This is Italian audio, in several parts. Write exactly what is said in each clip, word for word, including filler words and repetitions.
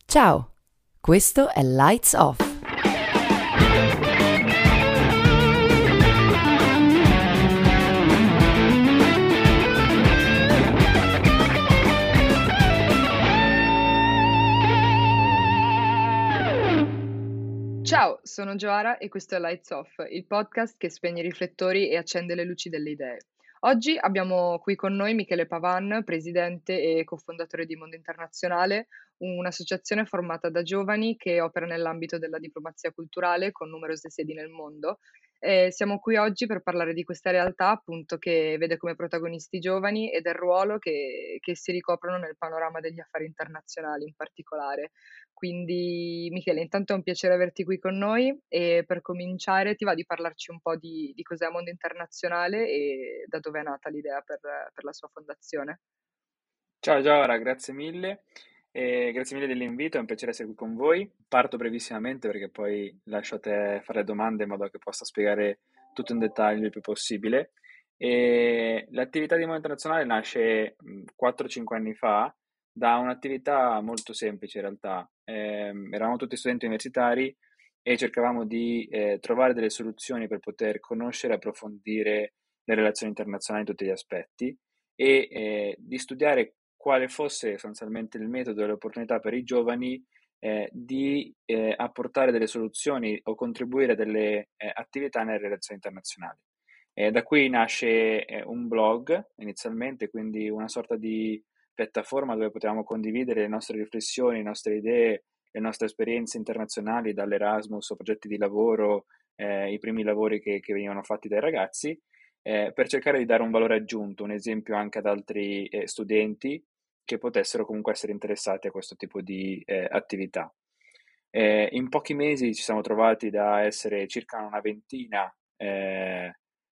Ciao, questo è Lights Off. Ciao, sono Gioara e questo è Lights Off, il podcast che spegne i riflettori e accende le luci delle idee. Oggi abbiamo qui con noi Michele Pavan, presidente e cofondatore di Mondo Internazionale, un'associazione formata da giovani che opera nell'ambito della diplomazia culturale con numerose sedi nel mondo. E siamo qui oggi per parlare di questa realtà, appunto, che vede come protagonisti i giovani e del ruolo che, che si ricoprono nel panorama degli affari internazionali in particolare. Quindi, Michele, intanto è un piacere averti qui con noi e per cominciare ti va di parlarci un po' di, di cos'è Mondo Internazionale e da dove è nata l'idea per, per la sua fondazione. Ciao Giora, grazie mille. E grazie mille dell'invito, è un piacere essere qui con voi. Parto brevissimamente perché poi lascio a te fare le domande in modo che possa spiegare tutto in dettaglio il più possibile. E l'attività di Mondo Internazionale nasce mh, quattro cinque anni fa da un'attività molto semplice in realtà. Ehm, eravamo tutti studenti universitari e cercavamo di eh, trovare delle soluzioni per poter conoscere e approfondire le relazioni internazionali in tutti gli aspetti e eh, di studiare quale fosse sostanzialmente il metodo e le opportunità per i giovani eh, di eh, apportare delle soluzioni o contribuire a delle eh, attività nelle relazioni internazionali. Eh, da qui nasce eh, un blog inizialmente, quindi una sorta di piattaforma dove potevamo condividere le nostre riflessioni, le nostre idee, le nostre esperienze internazionali, dall'Erasmus a progetti di lavoro, eh, i primi lavori che, che venivano fatti dai ragazzi, eh, per cercare di dare un valore aggiunto, un esempio anche ad altri eh, studenti che potessero comunque essere interessati a questo tipo di eh, attività. Eh, in pochi mesi ci siamo trovati da essere circa una ventina eh,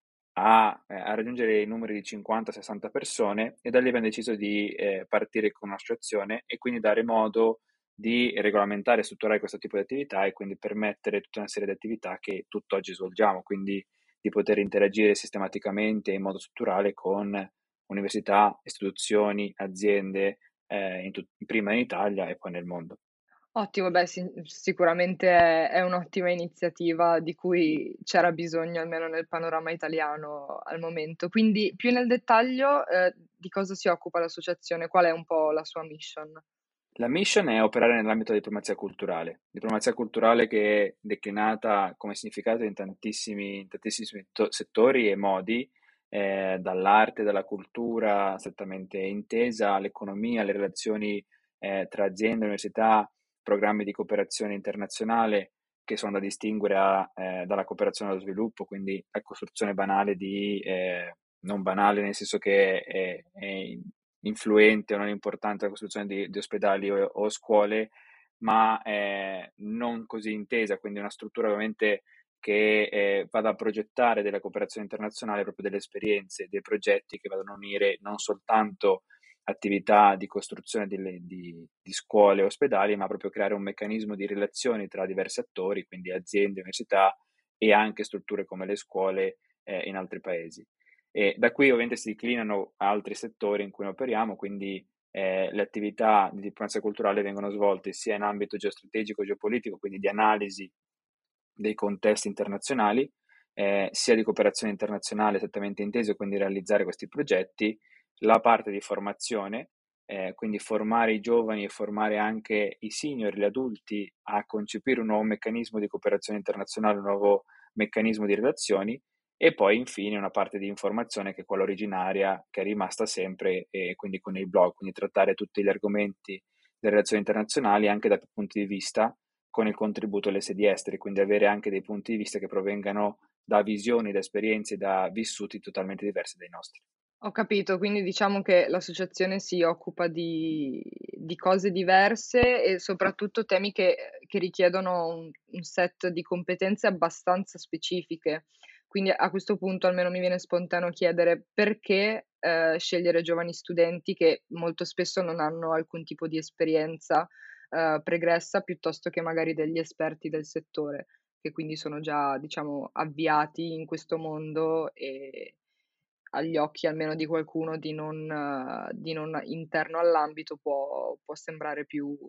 a, eh, a raggiungere i numeri di cinquanta sessanta persone e da lì abbiamo deciso di eh, partire con un'associazione e quindi dare modo di regolamentare e strutturare questo tipo di attività e quindi permettere tutta una serie di attività che tutt'oggi svolgiamo, quindi di poter interagire sistematicamente in modo strutturale con università, istituzioni, aziende, eh, in tut- prima in Italia e poi nel mondo. Ottimo, beh, sì, sicuramente è, è un'ottima iniziativa di cui c'era bisogno almeno nel panorama italiano al momento. Quindi, più nel dettaglio, eh, di cosa si occupa l'associazione? Qual è un po' la sua mission? La mission è operare nell'ambito della diplomazia culturale, diplomazia culturale che è declinata come significato in tantissimi, in tantissimi setto- settori e modi, eh, dall'arte, dalla cultura strettamente intesa, all'economia, alle relazioni eh, tra aziende, università, programmi di cooperazione internazionale che sono da distinguere a, eh, dalla cooperazione allo sviluppo, quindi la costruzione banale di, eh, non banale nel senso che è, è influente o non importante la costruzione di, di ospedali o, o scuole, ma eh, non così intesa, quindi una struttura ovviamente che eh, vada a progettare della cooperazione internazionale, proprio delle esperienze, dei progetti che vadano a unire non soltanto attività di costruzione di, di, di scuole e ospedali, ma proprio creare un meccanismo di relazioni tra diversi attori, quindi aziende, università e anche strutture come le scuole eh, in altri paesi. E da qui ovviamente si declinano altri settori in cui noi operiamo, quindi eh, le attività di diplomazia culturale vengono svolte sia in ambito geostrategico e geopolitico, quindi di analisi dei contesti internazionali, eh, sia di cooperazione internazionale esattamente inteso, quindi realizzare questi progetti, la parte di formazione, eh, quindi formare i giovani e formare anche i senior, gli adulti, a concepire un nuovo meccanismo di cooperazione internazionale, un nuovo meccanismo di relazioni, e poi infine una parte di informazione che è quella originaria, che è rimasta sempre, e quindi con il blog, quindi trattare tutti gli argomenti delle relazioni internazionali anche da più punti di vista, con il contributo delle sedi estere, quindi avere anche dei punti di vista che provengano da visioni, da esperienze, da vissuti totalmente diversi dai nostri. Ho capito, quindi diciamo che l'associazione si occupa di, di cose diverse e soprattutto temi che, che richiedono un, un set di competenze abbastanza specifiche. Quindi a questo punto almeno mi viene spontaneo chiedere perché eh, scegliere giovani studenti che molto spesso non hanno alcun tipo di esperienza eh, pregressa piuttosto che magari degli esperti del settore, che quindi sono già, diciamo, avviati in questo mondo e agli occhi almeno di qualcuno di non, eh, di non interno all'ambito può, può sembrare più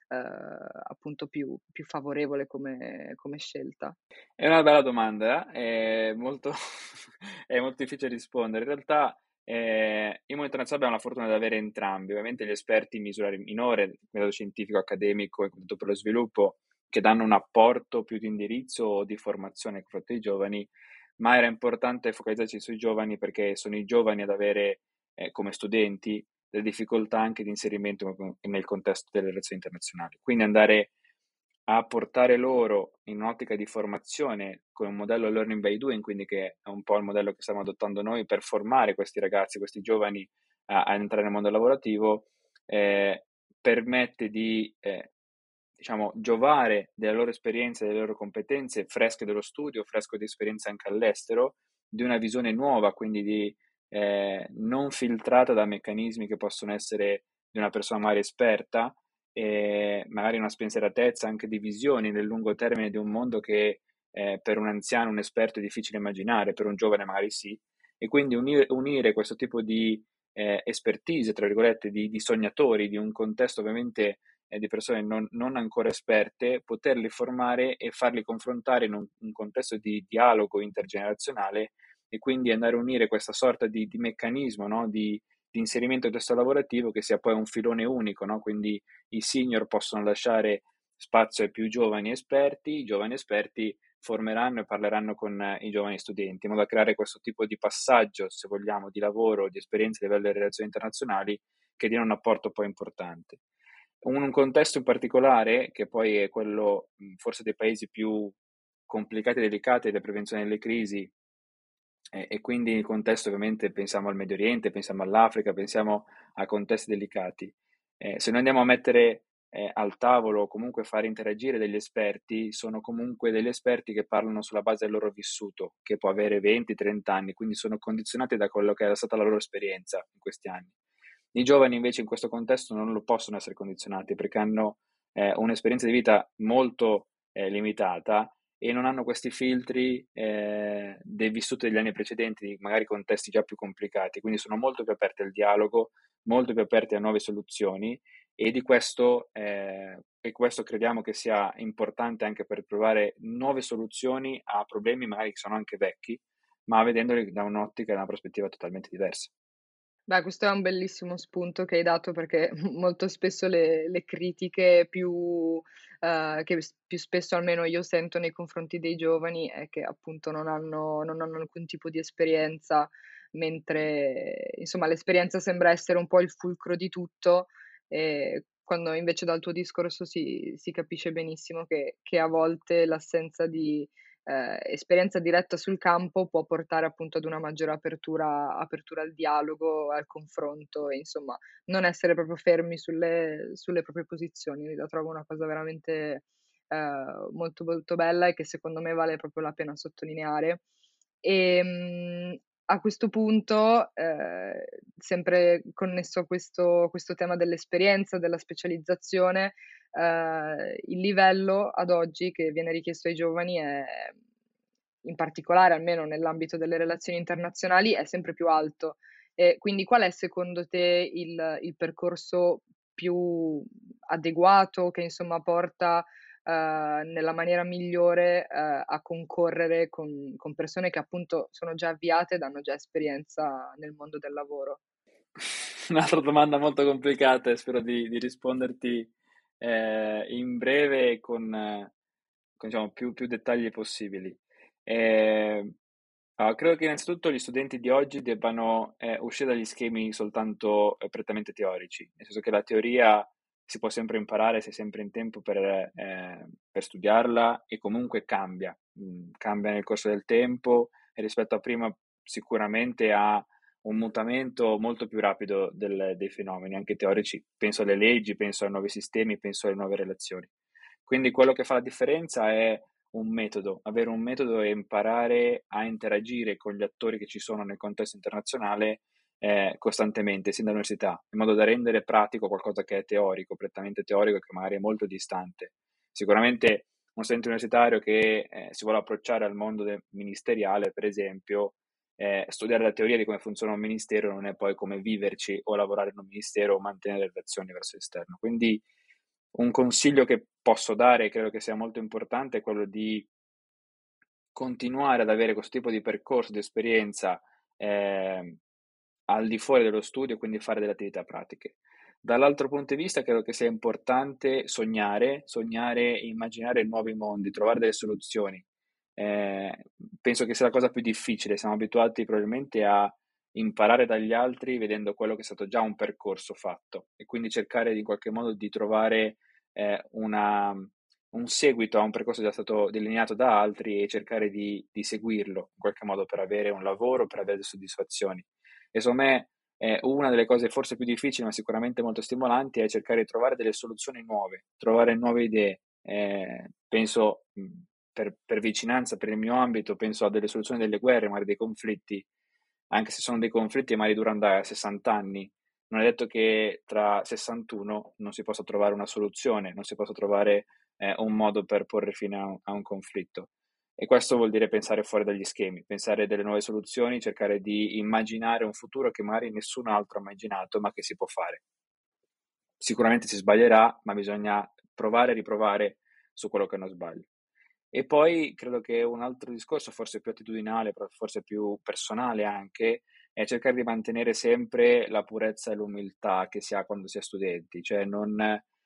eh, appunto più, più favorevole come, come scelta? È una bella domanda, eh, è molto, è molto difficile rispondere. In realtà, eh, in Mondo Internazionale abbiamo la fortuna di avere entrambi, ovviamente gli esperti in misura minore, metodo scientifico, accademico e Istituto per lo sviluppo, che danno un apporto più di indirizzo o di formazione nei confronti dei giovani, ma era importante focalizzarci sui giovani perché sono i giovani ad avere, eh, come studenti, delle difficoltà anche di inserimento nel contesto delle relazioni internazionali. Quindi andare a portare loro in un'ottica di formazione con un modello learning by doing, quindi che è un po' il modello che stiamo adottando noi per formare questi ragazzi, questi giovani a, a entrare nel mondo lavorativo, eh, permette di eh, diciamo, giovare delle loro esperienze, delle loro competenze fresche dello studio, fresco di esperienza anche all'estero, di una visione nuova, quindi di, eh, non filtrata da meccanismi che possono essere di una persona magari esperta, e magari una spensieratezza anche di visioni nel lungo termine di un mondo che eh, per un anziano, un esperto è difficile immaginare, per un giovane magari sì, e quindi unire, unire questo tipo di eh, expertise, tra virgolette, di, di sognatori, di un contesto ovviamente eh, di persone non, non ancora esperte, poterli formare e farli confrontare in un, un contesto di dialogo intergenerazionale e quindi andare a unire questa sorta di, di meccanismo, no? di, di inserimento del testo lavorativo che sia poi un filone unico, no? Quindi i senior possono lasciare spazio ai più giovani esperti, i giovani esperti formeranno e parleranno con eh, i giovani studenti, in modo da creare questo tipo di passaggio, se vogliamo, di lavoro, di esperienze a livello delle relazioni internazionali, che diano un apporto poi importante. Un, un contesto in particolare, che poi è quello mh, forse dei paesi più complicati e delicati della prevenzione delle crisi, e, e quindi il contesto ovviamente pensiamo al Medio Oriente, pensiamo all'Africa, pensiamo a contesti delicati. Eh, se noi andiamo a mettere eh, al tavolo o comunque fare interagire degli esperti, sono comunque degli esperti che parlano sulla base del loro vissuto, che può avere venti trenta anni, quindi sono condizionati da quello che era stata la loro esperienza in questi anni. I giovani invece in questo contesto non lo possono essere condizionati perché hanno eh, un'esperienza di vita molto eh, limitata e non hanno questi filtri eh, dei vissuti degli anni precedenti, magari contesti già più complicati, quindi sono molto più aperti al dialogo, molto più aperti a nuove soluzioni e di questo, eh, e questo crediamo che sia importante anche per trovare nuove soluzioni a problemi magari che sono anche vecchi, ma vedendoli da un'ottica e da una prospettiva totalmente diversa. Beh, questo è un bellissimo spunto che hai dato perché molto spesso le, le critiche più, eh, che s- più spesso almeno io sento nei confronti dei giovani è che appunto non hanno, non hanno alcun tipo di esperienza, mentre insomma l'esperienza sembra essere un po' il fulcro di tutto, e quando invece dal tuo discorso si, si capisce benissimo che, che a volte l'assenza di ehm, esperienza diretta sul campo può portare appunto ad una maggiore apertura apertura al dialogo, al confronto e insomma non essere proprio fermi sulle sulle proprie posizioni. La trovo una cosa veramente, ehm, molto, molto bella e che secondo me vale proprio la pena sottolineare. Ehm, a questo punto, ehm, sempre connesso a questo questo tema dell'esperienza, della specializzazione, ehm, il livello ad oggi che viene richiesto ai giovani è in particolare, almeno nell'ambito delle relazioni internazionali, è sempre più alto. E quindi qual è secondo te il il percorso più adeguato che insomma porta, ehm, nella maniera migliore, ehm, a concorrere con con persone che appunto sono già avviate ed hanno già esperienza nel mondo del lavoro? Un'altra domanda molto complicata e spero di, di risponderti eh, in breve e con, eh, con, diciamo, più, più dettagli possibili. Eh, allora, credo che innanzitutto gli studenti di oggi debbano eh, uscire dagli schemi soltanto eh, prettamente teorici, nel senso che la teoria si può sempre imparare, si è sempre in tempo per, eh, per studiarla e comunque cambia, Mm, cambia nel corso del tempo e rispetto a prima sicuramente ha un mutamento molto più rapido del- dei fenomeni, anche teorici. Penso alle leggi, penso ai nuovi sistemi, penso alle nuove relazioni. Quindi quello che fa la differenza è un metodo, avere un metodo e imparare a interagire con gli attori che ci sono nel contesto internazionale eh, costantemente, sin dall'università, in modo da rendere pratico qualcosa che è teorico, prettamente teorico, che magari è molto distante. Sicuramente un studente universitario che eh, si vuole approcciare al mondo de- ministeriale, per esempio, eh, studiare la teoria di come funziona un ministero non è poi come viverci o lavorare in un ministero o mantenere relazioni verso l'esterno. Quindi Un consiglio che posso dare, credo che sia molto importante, è quello di continuare ad avere questo tipo di percorso, di esperienza, ehm, al di fuori dello studio, quindi fare delle attività pratiche. Dall'altro punto di vista credo che sia importante sognare, sognare e immaginare nuovi mondi, trovare delle soluzioni. Ehm, penso che sia la cosa più difficile, siamo abituati probabilmente a imparare dagli altri vedendo quello che è stato già un percorso fatto e quindi cercare in qualche modo di trovare, ehm, una un seguito a un percorso già stato delineato da altri e cercare di di seguirlo in qualche modo per avere un lavoro, per avere soddisfazioni. E secondo me, ehm, una delle cose forse più difficili, ma sicuramente molto stimolanti, è cercare di trovare delle soluzioni nuove, trovare nuove idee. Ehm, penso, mhmm, per per vicinanza, per il mio ambito, penso a delle soluzioni delle guerre, magari dei conflitti, anche se sono dei conflitti e magari durano da sessanta anni, non è detto che tra sessantuno non si possa trovare una soluzione, non si possa trovare, ehm, un modo per porre fine a un a un conflitto. E questo vuol dire pensare fuori dagli schemi, pensare delle nuove soluzioni, cercare di immaginare un futuro che magari nessun altro ha immaginato, ma che si può fare. Sicuramente si sbaglierà, ma bisogna provare e riprovare su quello che è uno sbaglio. E poi credo che un altro discorso, forse più attitudinale, però forse più personale anche, è cercare di mantenere sempre la purezza e l'umiltà che si ha quando si è studenti, cioè non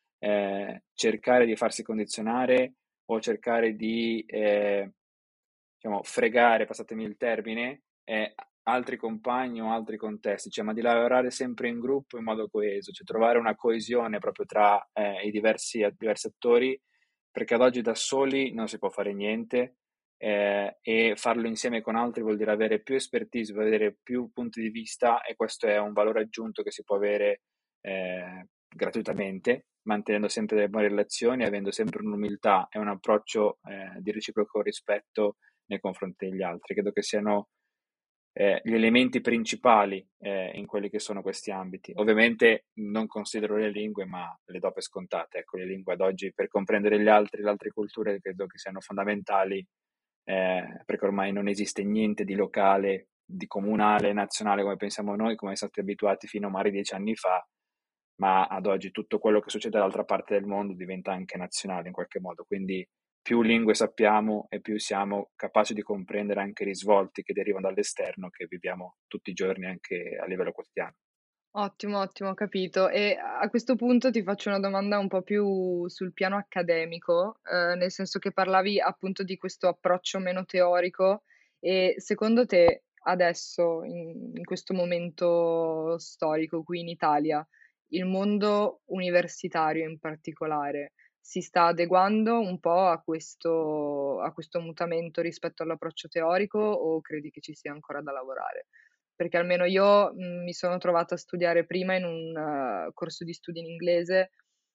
eh, cercare di farsi condizionare o cercare di eh, diciamo, fregare, passatemi il termine, eh, altri compagni o altri contesti, cioè, ma di lavorare sempre in gruppo in modo coeso, cioè trovare una coesione proprio tra eh, i diversi, diversi attori, perché ad oggi da soli non si può fare niente eh, e farlo insieme con altri vuol dire avere più expertise, vuol avere più punti di vista e questo è un valore aggiunto che si può avere eh, gratuitamente, mantenendo sempre delle buone relazioni, avendo sempre un'umiltà e un approccio eh, di reciproco rispetto nei confronti degli altri. Credo che siano eh, gli elementi principali eh, in quelli che sono questi ambiti. Ovviamente non considero le lingue, ma le do per scontate. Ecco, le lingue ad oggi per comprendere gli altri, le altre culture, credo che siano fondamentali, eh, perché ormai non esiste niente di locale, di comunale, nazionale come pensiamo noi, come siamo stati abituati fino a magari dieci anni fa, ma ad oggi tutto quello che succede dall'altra parte del mondo diventa anche nazionale in qualche modo, quindi più lingue sappiamo e più siamo capaci di comprendere anche i risvolti che derivano dall'esterno che viviamo tutti i giorni anche a livello quotidiano. Ottimo, ottimo, ho capito. E a questo punto ti faccio una domanda un po' più sul piano accademico, ehm, nel senso che parlavi appunto di questo approccio meno teorico e secondo te adesso, in in questo momento storico qui in Italia, il mondo universitario in particolare si sta adeguando un po' a questo a questo mutamento rispetto all'approccio teorico o credi che ci sia ancora da lavorare? Perché almeno io, mhmm, mi sono trovata a studiare prima in un eh, corso di studi in inglese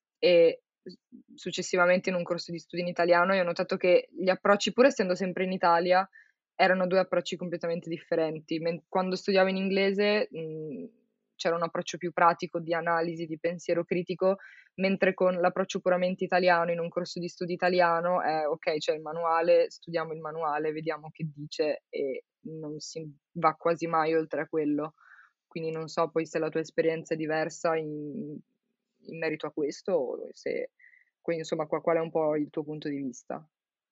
e s successivamente in un corso di studi in italiano e ho notato che gli approcci, pur essendo sempre in Italia, erano due approcci completamente differenti. Men quando studiavo in inglese, mhmm, c'era un approccio più pratico di analisi, di pensiero critico, mentre con l'approccio puramente italiano in un corso di studi italiano è: okay, c'è il manuale, studiamo il manuale, vediamo che dice e non si va quasi mai oltre a quello. Quindi non so poi se la tua esperienza è diversa in in merito a questo o se quindi insomma qua qual è un po' il tuo punto di vista?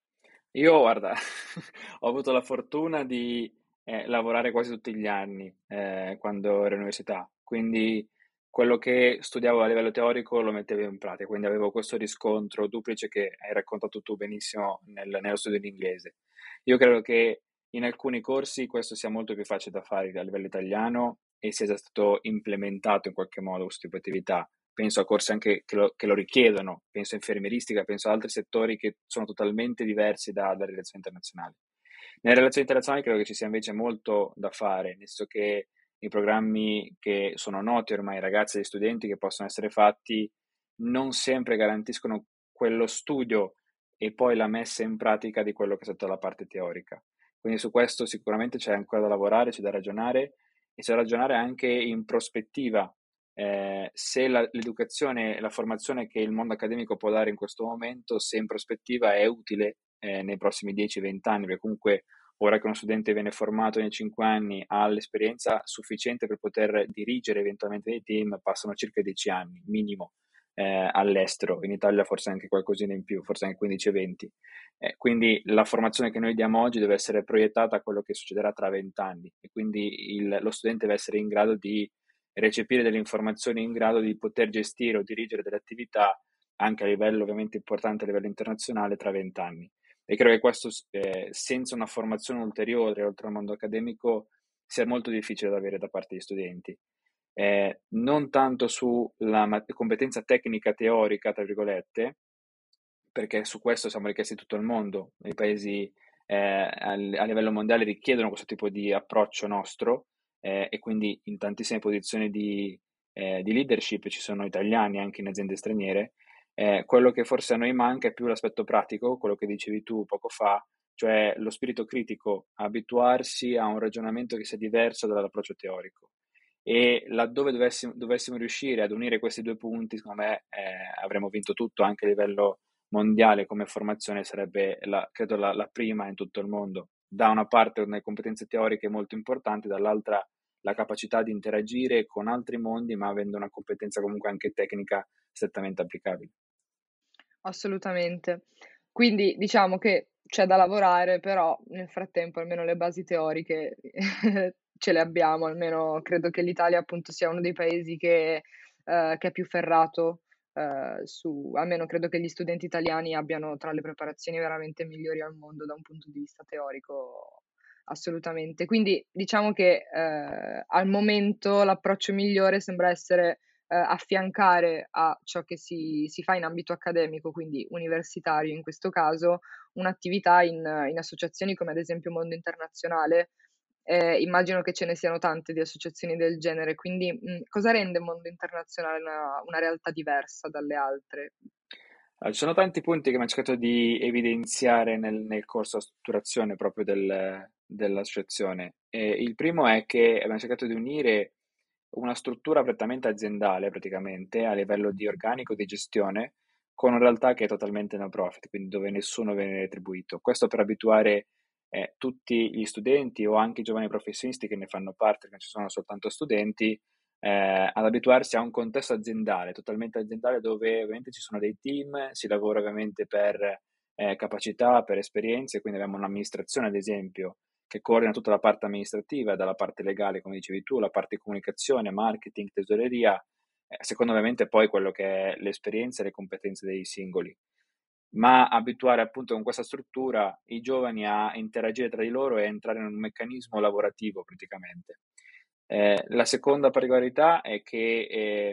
Io guarda, ho avuto la fortuna di eh, lavorare quasi tutti gli anni eh, quando ero all'università, quindi quello che studiavo a livello teorico lo mettevo in pratica, quindi avevo questo riscontro duplice che hai raccontato tu benissimo nel- nello studio in inglese. Io credo che in alcuni corsi questo sia molto più facile da fare a livello italiano e sia già stato implementato in qualche modo questo tipo di attività. Penso a corsi anche che lo, che lo richiedono, penso a infermieristica, penso a altri settori che sono totalmente diversi da- dalle relazioni internazionali. Nelle relazioni internazionali credo che ci sia invece molto da fare, nel senso che i programmi che sono noti ormai ai ragazzi e agli studenti che possono essere fatti non sempre garantiscono quello studio e poi la messa in pratica di quello che è stata la parte teorica. Quindi su questo sicuramente c'è ancora da lavorare, c'è da ragionare e c'è da ragionare anche in prospettiva eh, se la- l'educazione e la formazione che il mondo accademico può dare in questo momento, se in prospettiva è utile eh, nei prossimi dieci venti anni, perché comunque ora che uno studente viene formato nei cinque anni ha l'esperienza sufficiente per poter dirigere eventualmente dei team, passano circa dieci anni minimo eh, all'estero, in Italia forse anche qualcosina in più, forse anche quindici venti. Eh, quindi la formazione che noi diamo oggi deve essere proiettata a quello che succederà tra vent'anni e quindi il, lo studente deve essere in grado di recepire delle informazioni, in grado di poter gestire o dirigere delle attività anche a livello ovviamente importante a livello internazionale tra vent'anni. E credo che questo, eh, senza una formazione ulteriore oltre al mondo accademico, sia molto difficile da avere da parte degli studenti. Eh, non tanto sulla ma- competenza tecnica teorica, tra virgolette, perché su questo siamo richiesti tutto il mondo. I paesi eh, al- a livello mondiale richiedono questo tipo di approccio nostro, eh, e quindi in tantissime posizioni di, eh, di leadership ci sono italiani anche in aziende straniere. Eh, quello che forse a noi manca è più l'aspetto pratico, quello che dicevi tu poco fa, cioè lo spirito critico, abituarsi a un ragionamento che sia diverso dall'approccio teorico. E laddove dovessimo, dovessimo riuscire ad unire questi due punti, secondo me eh, avremmo vinto tutto anche a livello mondiale come formazione, sarebbe la, credo la, la prima in tutto il mondo. Da una parte le competenze teoriche molto importanti, dall'altra la capacità di interagire con altri mondi, ma avendo una competenza comunque anche tecnica strettamente applicabile. Assolutamente. Quindi diciamo che c'è da lavorare, però nel frattempo almeno le basi teoriche ce le abbiamo, almeno credo che l'Italia appunto sia uno dei paesi che, eh, che è più ferrato, eh, su, almeno credo che gli studenti italiani abbiano tra le preparazioni veramente migliori al mondo da un punto di vista teorico, assolutamente. Quindi diciamo che eh, al momento l'approccio migliore sembra essere eh, affiancare a ciò che si, si fa in ambito accademico, quindi universitario in questo caso, un'attività in, in associazioni come ad esempio Mondo Internazionale. Eh, immagino che ce ne siano tante di associazioni del genere, quindi mh, cosa rende Mondo Internazionale una, una realtà diversa dalle altre? Allora, ci sono tanti punti che mi ha cercato di evidenziare nel, nel corso di strutturazione proprio del- dell'associazione. E il primo è che abbiamo cercato di unire una struttura prettamente aziendale, praticamente, a livello di organico, di gestione, con una realtà che è totalmente no profit, quindi dove nessuno viene retribuito. Questo per abituare eh, tutti gli studenti o anche i giovani professionisti che ne fanno parte, che non ci sono soltanto studenti, eh, ad abituarsi a un contesto aziendale, totalmente aziendale, dove ovviamente ci sono dei team, si lavora ovviamente per eh, capacità, per esperienze, quindi abbiamo un'amministrazione, ad esempio, che coordina tutta la parte amministrativa, dalla parte legale, come dicevi tu, la parte di comunicazione, marketing, tesoreria, eh, secondo ovviamente poi quello che è l'esperienza e le competenze dei singoli, ma abituare appunto con questa struttura i giovani a interagire tra di loro e a entrare in un meccanismo lavorativo praticamente. Eh, la seconda particolarità è che eh,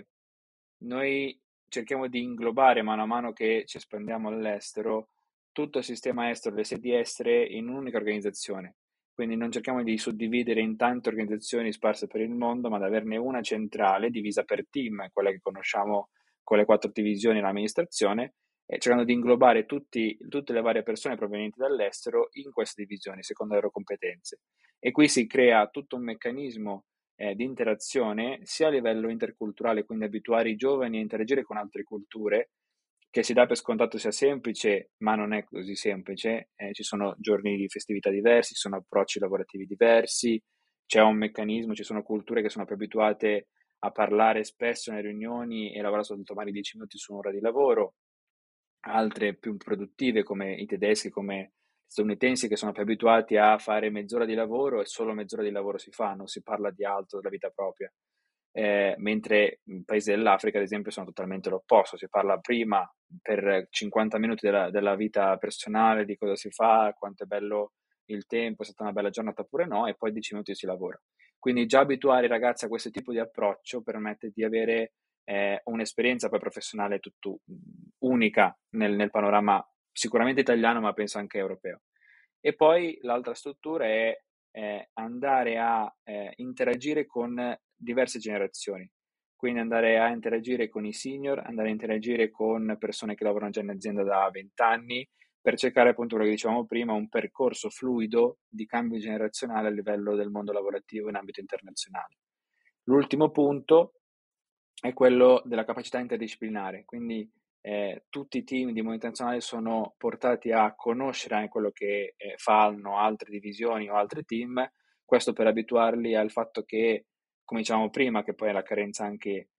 noi cerchiamo di inglobare mano a mano che ci espandiamo all'estero tutto il sistema estero, le sedi estere in un'unica organizzazione. Quindi non cerchiamo di suddividere in tante organizzazioni sparse per il mondo, ma di averne una centrale divisa per team, quella che conosciamo con le quattro divisioni nell'amministrazione, e cercando di inglobare tutti, tutte le varie persone provenienti dall'estero in queste divisioni, secondo le loro competenze. E qui si crea tutto un meccanismo eh, di interazione sia a livello interculturale, quindi abituare i giovani a interagire con altre culture, che si dà per scontato sia semplice, ma non è così semplice. Eh, ci sono giorni di festività diversi, ci sono approcci lavorativi diversi, c'è un meccanismo, ci sono culture che sono più abituate a parlare spesso nelle riunioni e lavorare soltanto magari dieci minuti su un'ora di lavoro, altre più produttive come i tedeschi, come gli statunitensi, che sono più abituati a fare mezz'ora di lavoro e solo mezz'ora di lavoro si fa, non si parla di altro della vita propria. Eh, mentre i paesi dell'Africa, ad esempio, sono totalmente l'opposto, si parla prima per cinquanta minuti della, della vita personale, di cosa si fa, quanto è bello il tempo, è stata una bella giornata oppure no, e poi dieci minuti si lavora. Quindi già abituare i ragazzi a questo tipo di approccio permette di avere eh, un'esperienza poi professionale tutto, unica nel, nel panorama sicuramente italiano, ma penso anche europeo. E poi l'altra struttura è eh, andare a eh, interagire con diverse generazioni, quindi andare a interagire con i senior, andare a interagire con persone che lavorano già in azienda da venti anni, per cercare appunto quello che dicevamo prima, un percorso fluido di cambio generazionale a livello del mondo lavorativo in ambito internazionale. L'ultimo punto è quello della capacità interdisciplinare, quindi eh, tutti i team di mondo internazionale sono portati a conoscere anche quello che eh, fanno altre divisioni o altri team, questo per abituarli al fatto che, come dicevamo prima, che poi è la carenza anche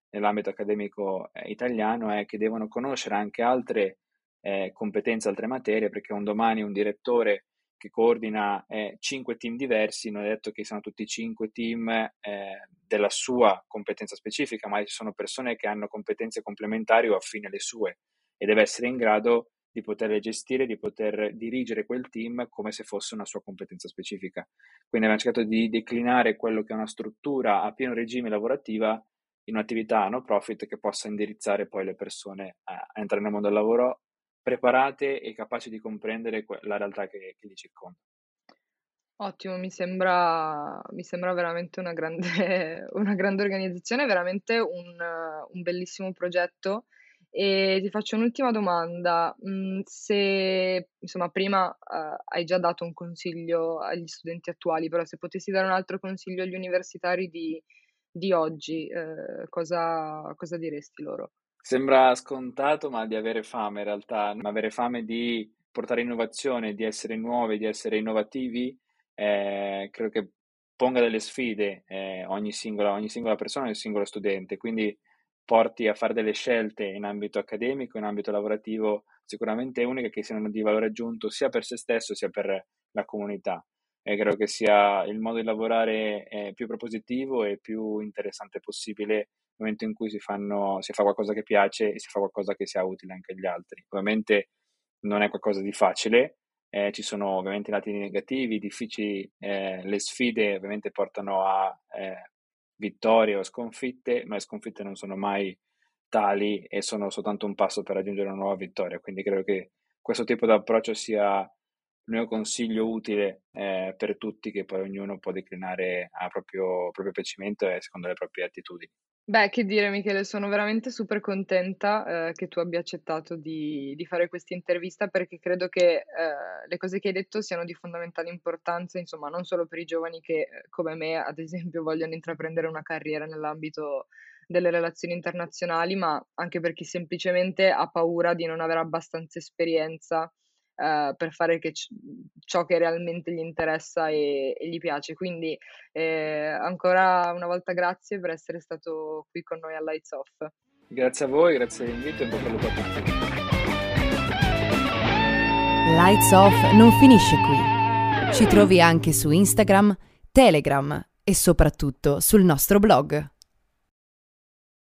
nell'ambito accademico eh, italiano è che devono conoscere anche altre eh, competenze, altre materie, perché un domani un direttore che coordina eh, cinque team diversi, non è detto che siano tutti cinque team eh, della sua competenza specifica, ma ci sono persone che hanno competenze complementari o affine alle sue e deve essere in grado di poterle gestire, di poter dirigere quel team come se fosse una sua competenza specifica. Quindi abbiamo cercato di declinare quello che è una struttura a pieno regime lavorativa in un'attività no profit che possa indirizzare poi le persone a, a entrare nel mondo del lavoro preparate e capaci di comprendere que- la realtà che, che li circonda. Ottimo, mi sembra, mi sembra veramente una grande, una grande organizzazione, veramente un, un bellissimo progetto. E ti faccio un'ultima domanda. Mm, se, insomma, prima eh, hai già dato un consiglio agli studenti attuali, però se potessi dare un altro consiglio agli universitari di, di oggi, eh, cosa, cosa diresti loro? Sembra scontato, ma di avere fame in realtà, ma avere fame di portare innovazione, di essere nuovi, di essere innovativi, eh, credo che ponga delle sfide eh, ogni singola, ogni singola persona, ogni singolo studente, quindi porti a fare delle scelte in ambito accademico, in ambito lavorativo, sicuramente uniche che siano di valore aggiunto sia per se stesso sia per la comunità. E credo che sia il modo di lavorare eh, più propositivo e più interessante possibile nel momento in cui si fanno, si fa qualcosa che piace e si fa qualcosa che sia utile anche agli altri. Ovviamente non è qualcosa di facile, eh, ci sono ovviamente lati negativi, difficili, eh, le sfide ovviamente portano a eh, vittorie o sconfitte, ma le sconfitte non sono mai tali e sono soltanto un passo per raggiungere una nuova vittoria. Quindi credo che questo tipo di approccio sia il mio consiglio utile eh, per tutti, che poi ognuno può declinare a proprio, proprio piacimento e secondo le proprie attitudini. Beh, che dire Michele, sono veramente super contenta, eh, che tu abbia accettato di, di fare questa intervista perché credo che eh, le cose che hai detto siano di fondamentale importanza, insomma, non solo per i giovani che, eh, come me, ad esempio, vogliono intraprendere una carriera nell'ambito delle relazioni internazionali, ma anche per chi semplicemente ha paura di non avere abbastanza esperienza eh, per fare che c- ciò che realmente gli interessa e, e gli piace. Quindi eh, ancora una volta grazie per essere stato qui con noi a Lights Off. Grazie a voi, grazie dell'invito e bocca al lupo a tutti. Lights Off non finisce qui. Ci trovi anche su Instagram, Telegram e soprattutto sul nostro blog.